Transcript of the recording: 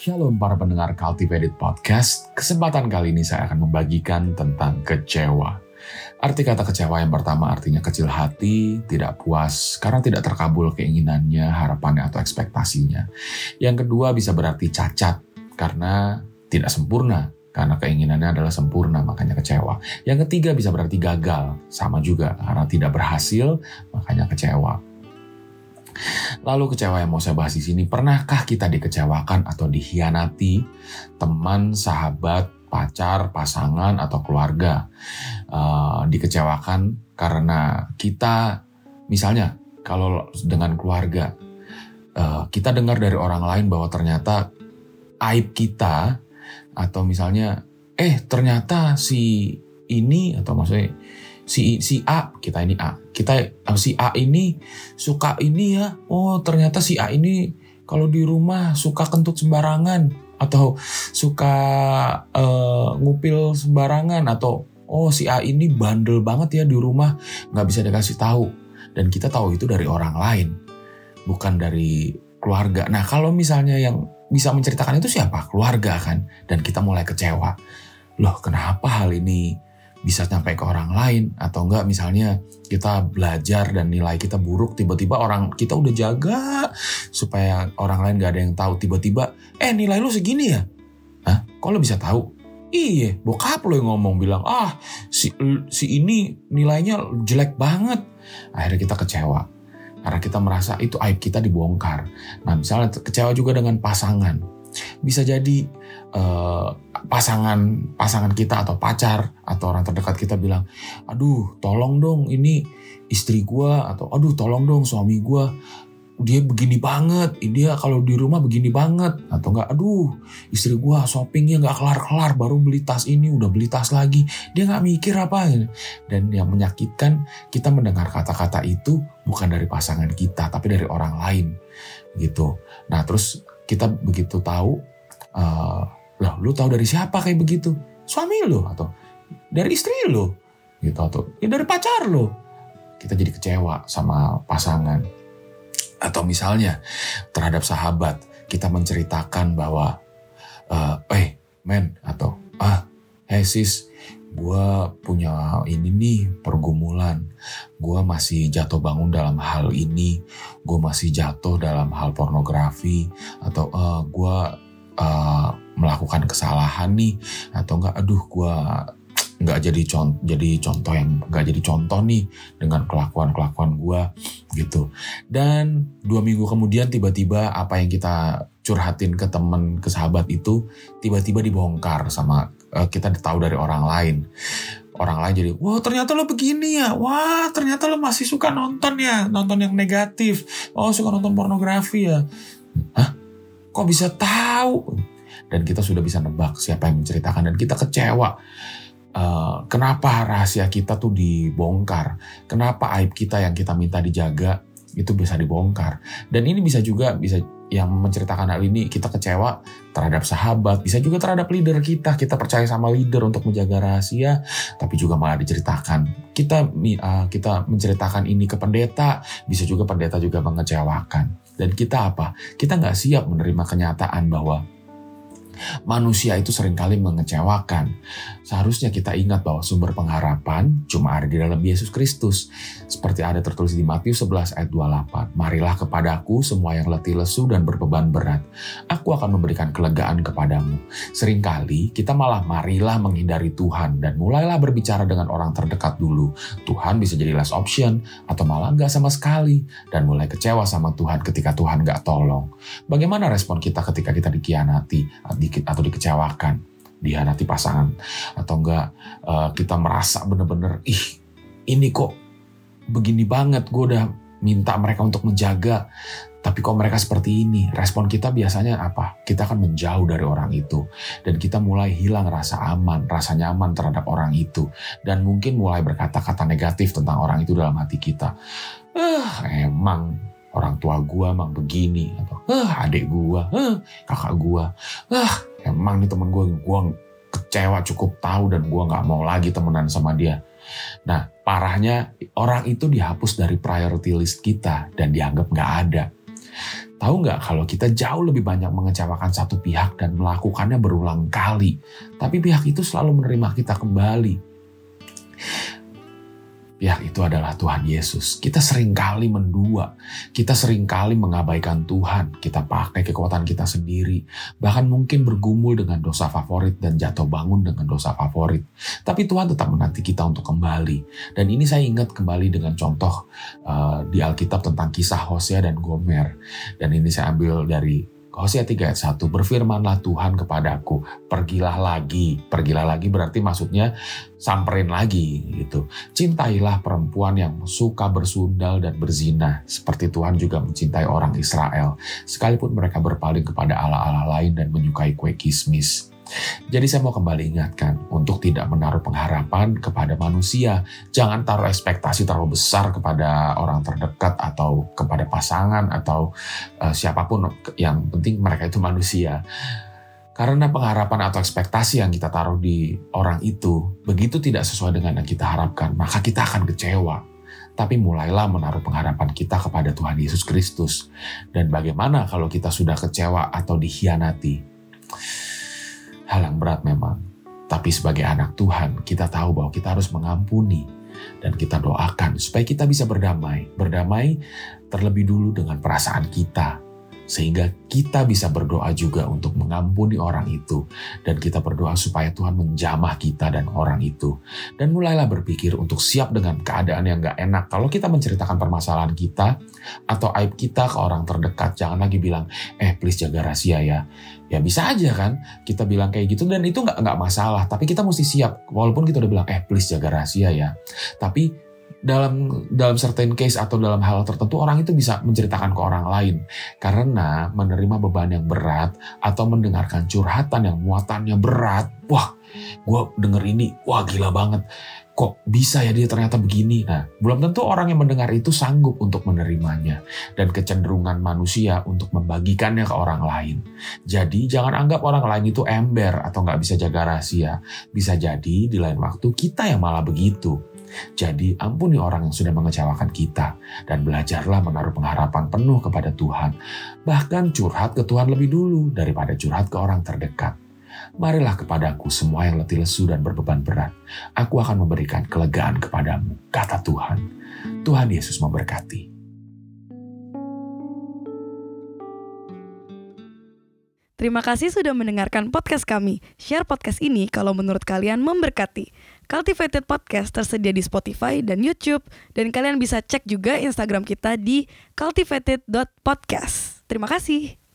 Shalom para pendengar Cultivated Podcast. Kesempatan kali ini saya akan membagikan tentang kecewa. Arti kata kecewa yang pertama artinya kecil hati, tidak puas karena tidak terkabul keinginannya, harapannya atau ekspektasinya. Yang kedua bisa berarti cacat karena tidak sempurna, karena keinginannya adalah sempurna makanya kecewa. Yang ketiga bisa berarti gagal, sama juga karena tidak berhasil makanya kecewa. Lalu kecewa yang mau saya bahas di sini, pernahkah kita dikecewakan atau dikhianati teman, sahabat, pacar, pasangan, atau keluarga? Dikecewakan karena kita, misalnya kalau dengan keluarga, kita dengar dari orang lain bahwa ternyata aib kita, atau misalnya, ternyata si ini, atau maksudnya si A, kita ini A, si A ini suka ini ya, ternyata si A ini kalau di rumah suka kentut sembarangan, atau suka ngupil sembarangan, atau si A ini bandel banget ya di rumah, nggak bisa dikasih tahu, dan kita tahu itu dari orang lain, bukan dari keluarga. Nah kalau misalnya yang bisa menceritakan itu siapa? Keluarga kan, dan kita mulai kecewa, loh kenapa hal ini bisa sampai ke orang lain, atau enggak misalnya kita belajar dan nilai kita buruk, tiba-tiba orang kita udah jaga supaya orang lain gak ada yang tahu, tiba-tiba nilai lu segini ya? Hah? Kok lu bisa tahu? Iya, bokap lu yang ngomong bilang, si ini nilainya jelek banget. Akhirnya kita kecewa karena kita merasa itu aib kita dibongkar. Nah misalnya kecewa juga dengan pasangan. Bisa jadi pasangan kita atau pacar atau orang terdekat kita bilang, aduh tolong dong ini istri gue, atau aduh tolong dong suami gue, dia begini banget, dia kalau di rumah begini banget, atau enggak, aduh istri gue shoppingnya gak kelar-kelar, baru beli tas ini udah beli tas lagi, dia gak mikir apa. Dan yang menyakitkan, kita mendengar kata-kata itu bukan dari pasangan kita tapi dari orang lain gitu. Nah terus kita begitu tahu, lu tahu dari siapa kayak begitu? Suami lu, atau dari istri lu, gitu, atau dari pacar lu. Kita jadi kecewa sama pasangan. Atau misalnya terhadap sahabat, kita menceritakan bahwa, atau hey sis, gue punya ini nih pergumulan, gue masih jatuh bangun dalam hal ini, gue masih jatuh dalam hal pornografi, atau gue melakukan kesalahan nih, atau enggak, gue nggak jadi contoh yang nggak jadi contoh nih dengan kelakuan gue gitu. Dan 2 minggu kemudian tiba-tiba apa yang kita curhatin ke teman, ke sahabat itu tiba-tiba dibongkar sama kita tahu dari orang lain. Orang lain jadi, wah ternyata lo begini ya, wah ternyata lo masih suka nonton yang negatif, suka nonton pornografi ya. Hah? Kok bisa tahu? Dan kita sudah bisa nebak siapa yang menceritakan, dan kita kecewa. Kenapa rahasia kita tuh dibongkar? Kenapa aib kita yang kita minta dijaga itu bisa dibongkar? Dan ini bisa yang menceritakan hal ini, kita kecewa terhadap sahabat, bisa juga terhadap leader kita. Kita percaya sama leader untuk menjaga rahasia, tapi juga malah diceritakan. Kita menceritakan ini ke pendeta, bisa juga pendeta juga mengecewakan. Dan kita apa? Kita nggak siap menerima kenyataan bahwa manusia itu seringkali mengecewakan. Seharusnya kita ingat bahwa sumber pengharapan cuma ada di dalam Yesus Kristus. Seperti ada tertulis di Matius 11 ayat 28. Marilah kepadaku semua yang letih lesu dan berbeban berat. Aku akan memberikan kelegaan kepadamu. Seringkali kita malah marilah menghindari Tuhan dan mulailah berbicara dengan orang terdekat dulu. Tuhan bisa jadi last option atau malah nggak sama sekali. Dan mulai kecewa sama Tuhan ketika Tuhan nggak tolong. Bagaimana respon kita ketika kita dikhianati atau dikecewakan, dikhianati pasangan, atau enggak kita merasa benar-benar ini kok begini banget, gue udah minta mereka untuk menjaga tapi kok mereka seperti ini. Respon kita biasanya apa? Kita akan menjauh dari orang itu, dan kita mulai hilang rasa aman, rasa nyaman terhadap orang itu, dan mungkin mulai berkata-kata negatif tentang orang itu dalam hati kita. Emang orang tua gue emang begini, atau adik gue, kakak gue, emang nih temen gue kecewa cukup tahu dan gue nggak mau lagi temenan sama dia. Nah parahnya orang itu dihapus dari priority list kita dan dianggap nggak ada. Tahu nggak kalau kita jauh lebih banyak mengecewakan satu pihak dan melakukannya berulang kali, tapi pihak itu selalu menerima kita kembali. Pihak itu adalah Tuhan Yesus. Kita seringkali mendua, kita seringkali mengabaikan Tuhan, kita pakai kekuatan kita sendiri, bahkan mungkin bergumul dengan dosa favorit dan jatuh bangun dengan dosa favorit. Tapi Tuhan tetap menanti kita untuk kembali. Dan ini saya ingat kembali dengan contoh di Alkitab tentang kisah Hosea dan Gomer. Dan ini saya ambil dari Hosea 3 ayat 1, berfirmanlah Tuhan kepadaku, pergilah lagi. Pergilah lagi berarti maksudnya samperin lagi gitu. Cintailah perempuan yang suka bersundal dan berzina, seperti Tuhan juga mencintai orang Israel, sekalipun mereka berpaling kepada allah-allah lain dan menyukai kue kismis. Jadi saya mau kembali ingatkan untuk tidak menaruh pengharapan kepada manusia. Jangan taruh ekspektasi terlalu besar kepada orang terdekat atau kepada pasangan atau siapapun. Yang penting mereka itu manusia. Karena pengharapan atau ekspektasi yang kita taruh di orang itu begitu tidak sesuai dengan yang kita harapkan, maka kita akan kecewa. Tapi mulailah menaruh pengharapan kita kepada Tuhan Yesus Kristus. Dan bagaimana kalau kita sudah kecewa atau dikhianati? Hal yang berat memang, tapi sebagai anak Tuhan, kita tahu bahwa kita harus mengampuni dan kita doakan supaya kita bisa berdamai terlebih dulu dengan perasaan kita, sehingga kita bisa berdoa juga untuk mengampuni orang itu, dan kita berdoa supaya Tuhan menjamah kita dan orang itu. Dan mulailah berpikir untuk siap dengan keadaan yang gak enak. Kalau kita menceritakan permasalahan kita atau aib kita ke orang terdekat, jangan lagi bilang, please jaga rahasia ya. Ya bisa aja kan kita bilang kayak gitu, dan itu gak masalah. Tapi kita mesti siap, walaupun kita udah bilang, please jaga rahasia ya. Tapi dalam certain case atau dalam hal tertentu orang itu bisa menceritakan ke orang lain, karena menerima beban yang berat atau mendengarkan curhatan yang muatannya berat. Wah, gue denger ini, wah gila banget, kok bisa ya dia ternyata begini. Nah, belum tentu orang yang mendengar itu sanggup untuk menerimanya, dan kecenderungan manusia untuk membagikannya ke orang lain. Jadi jangan anggap orang lain itu ember atau gak bisa jaga rahasia. Bisa jadi di lain waktu kita yang malah begitu. Jadi ampuni orang yang sudah mengecewakan kita, dan belajarlah menaruh pengharapan penuh kepada Tuhan. Bahkan curhat ke Tuhan lebih dulu daripada curhat ke orang terdekat. Marilah kepadaku semua yang letih lesu dan berbeban berat. Aku akan memberikan kelegaan kepadamu, kata Tuhan. Tuhan Yesus memberkati. Terima kasih sudah mendengarkan podcast kami. Share podcast ini kalau menurut kalian memberkati. Cultivated Podcast tersedia di Spotify dan YouTube. Dan kalian bisa cek juga Instagram kita di cultivated.podcast. Terima kasih.